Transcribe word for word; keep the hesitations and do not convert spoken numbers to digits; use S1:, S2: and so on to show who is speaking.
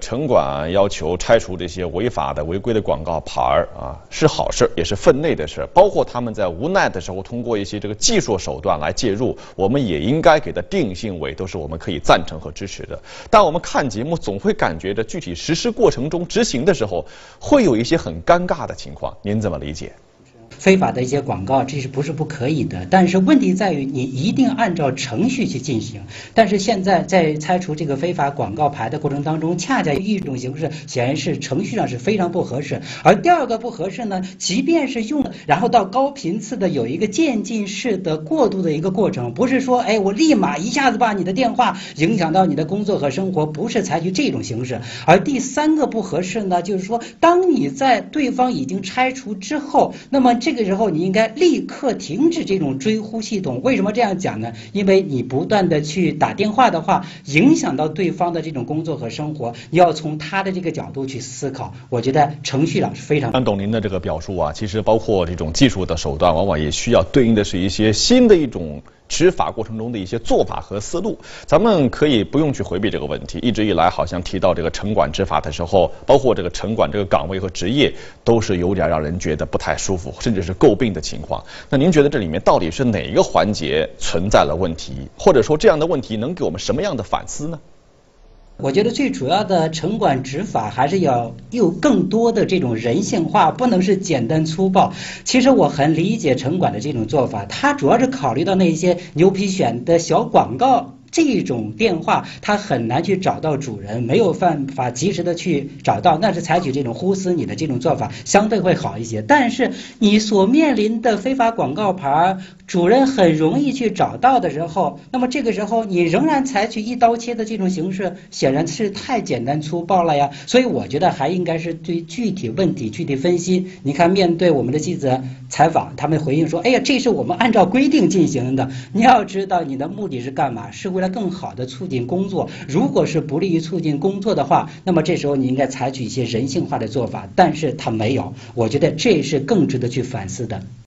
S1: 城管要求拆除这些违法的、违规的广告牌儿啊，是好事，也是分内的事。包括他们在无奈的时候，通过一些这个技术手段来介入，我们也应该给他定性为都是我们可以赞成和支持的。但我们看节目总会感觉着具体实施过程中执行的时候，会有一些很尴尬的情况，您怎么理解？
S2: 非法的一些广告，这是不是不可以的？但是问题在于你一定按照程序去进行。但是现在在拆除这个非法广告牌的过程当中，恰恰一种形式显然是程序上是非常不合适。而第二个不合适呢，即便是用，然后到高频次的有一个渐进式的过渡的一个过程，不是说哎我立马一下子把你的电话影响到你的工作和生活，不是采取这种形式。而第三个不合适呢，就是说当你在对方已经拆除之后，那么这个时候你应该立刻停止这种追呼系统。为什么这样讲呢？因为你不断的去打电话的话，影响到对方的这种工作和生活，你要从他的这个角度去思考。我觉得程序上是非常。
S1: 按懂您的这个表述啊，其实包括这种技术的手段，往往也需要对应的是一些新的一种执法过程中的一些做法和思路。咱们可以不用去回避这个问题。一直以来，好像提到这个城管执法的时候，包括这个城管这个岗位和职业，都是有点让人觉得不太舒服，甚至是诟病的情况。那您觉得这里面到底是哪一个环节存在了问题，或者说这样的问题能给我们什么样的反思呢？
S2: 我觉得最主要的城管执法还是要有更多的这种人性化，不能是简单粗暴。其实我很理解城管的这种做法，他主要是考虑到那些牛皮癣的小广告。这种电话它很难去找到主人，没有办法及时的去找到，那是采取这种呼死你的这种做法相对会好一些。但是你所面临的非法广告牌主人很容易去找到的时候，那么这个时候你仍然采取一刀切的这种形式，显然是太简单粗暴了呀。所以我觉得还应该是对具体问题具体分析。你看面对我们的记者采访，他们回应说，哎呀，这是我们按照规定进行的。你要知道你的目的是干嘛，是为了更好的促进工作。如果是不利于促进工作的话，那么这时候你应该采取一些人性化的做法，但是他没有。我觉得这是更值得去反思的。